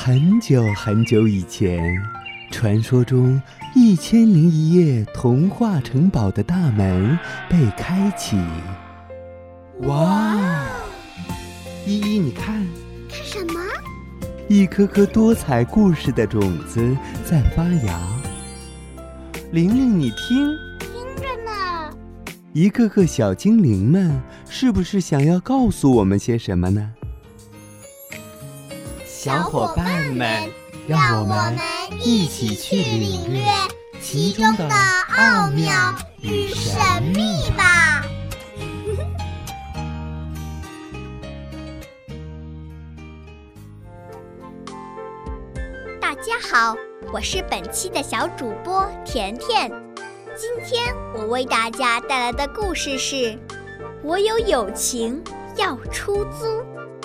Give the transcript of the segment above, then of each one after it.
很久很久以前，传说中1001夜童话城堡的大门被开启。哇！依依，你看， 看什么？ 一颗颗多彩故事的种子在发芽。玲玲，你听， 听着呢。 一个个小精灵们，是不是想要告诉我们些什么呢？小伙伴们，让我们一起去领略其中的奥妙与神秘吧。 大家好，我是本期的小主播甜甜。今天我为大家带来的故事是：我有友情要出租。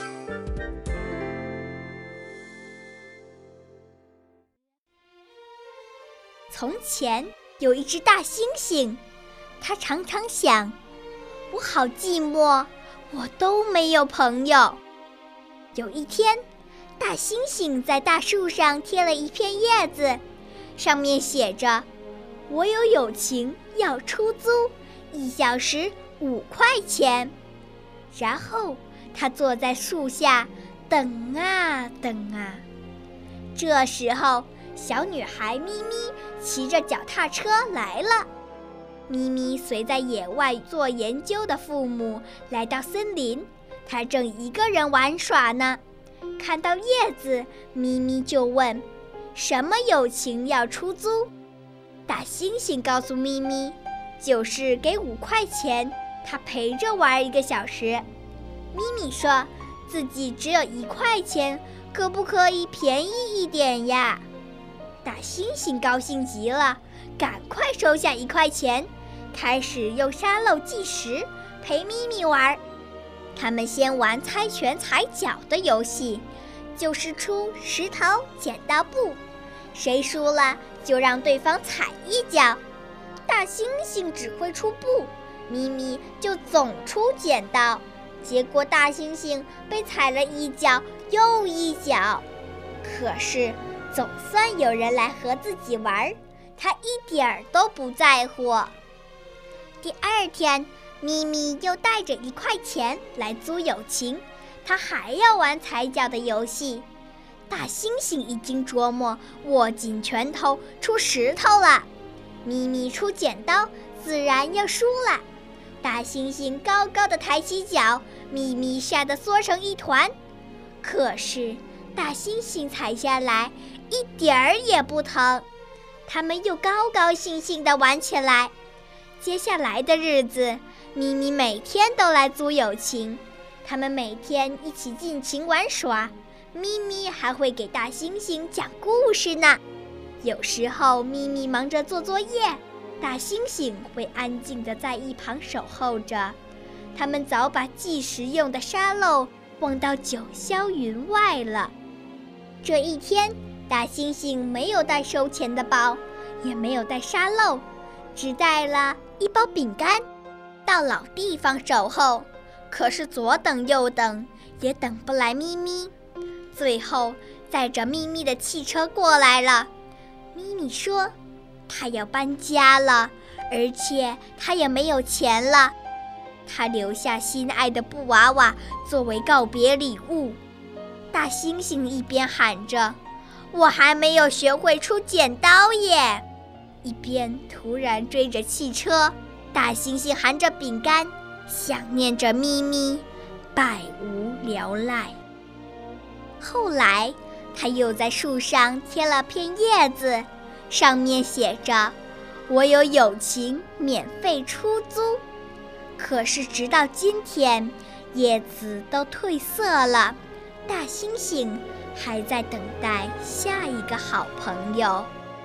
从前有一只大猩猩，它常常想，我好寂寞，我都没有朋友。有一天，大猩猩在大树上贴了一片叶子，上面写着：我有友情要出租，1小时5块钱。然后他坐在树下等啊等啊。这时候小女孩咪咪骑着脚踏车来了。咪咪随在野外做研究的父母来到森林，她正一个人玩耍呢。看到叶子，咪咪就问：什么友情要出租？大猩猩告诉咪咪，就是给5块钱，他陪着玩1个小时。咪咪说自己只有1块钱，可不可以便宜一点呀？大猩猩高兴极了，赶快收下1块钱，开始用沙漏计时陪咪咪玩。他们先玩猜拳踩脚的游戏，就是出石头剪刀布，谁输了就让对方踩一脚。大猩猩只会出布，咪咪就总出剪刀，结果大猩猩被踩了一脚又一脚。可是总算有人来和自己玩，他一点儿都不在乎。第2天，咪咪又带着1块钱来租友情，他还要玩踩脚的游戏。大猩猩一经琢磨，握紧拳头出石头了，咪咪出剪刀，自然要输了。大猩猩高高的抬起脚，咪咪吓得缩成一团。可是大猩猩踩下来一点儿也不疼，他们又高高兴兴地玩起来。接下来的日子，咪咪每天都来租友情，他们每天一起尽情玩耍。咪咪还会给大猩猩讲故事呢。有时候咪咪忙着做作业，大猩猩会安静地在一旁守候着。他们早把计时用的沙漏忘到九霄云外了。这一天，大猩猩没有带收钱的包，也没有带沙漏，只带了一包饼干，到老地方守候。可是左等右等，也等不来咪咪。最后载着咪咪的汽车过来了。咪咪说她要搬家了，而且她也没有钱了。她留下心爱的布娃娃作为告别礼物。大猩猩一边喊着我还没有学会出剪刀耶，一边突然追着汽车。大猩猩含着饼干，想念着咪咪，百无聊赖。后来他又在树上贴了片叶子，上面写着我有友情免费出租。可是直到今天，叶子都褪色了，大猩猩还在等待下一个好朋友。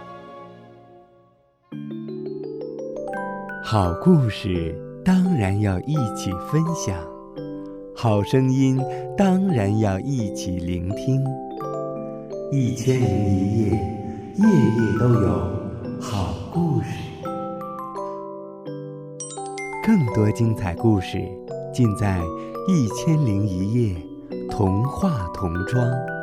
好故事当然要一起分享，好声音当然要一起聆听。1001夜，夜夜都有好故事。更多精彩故事尽在1001夜童话童装。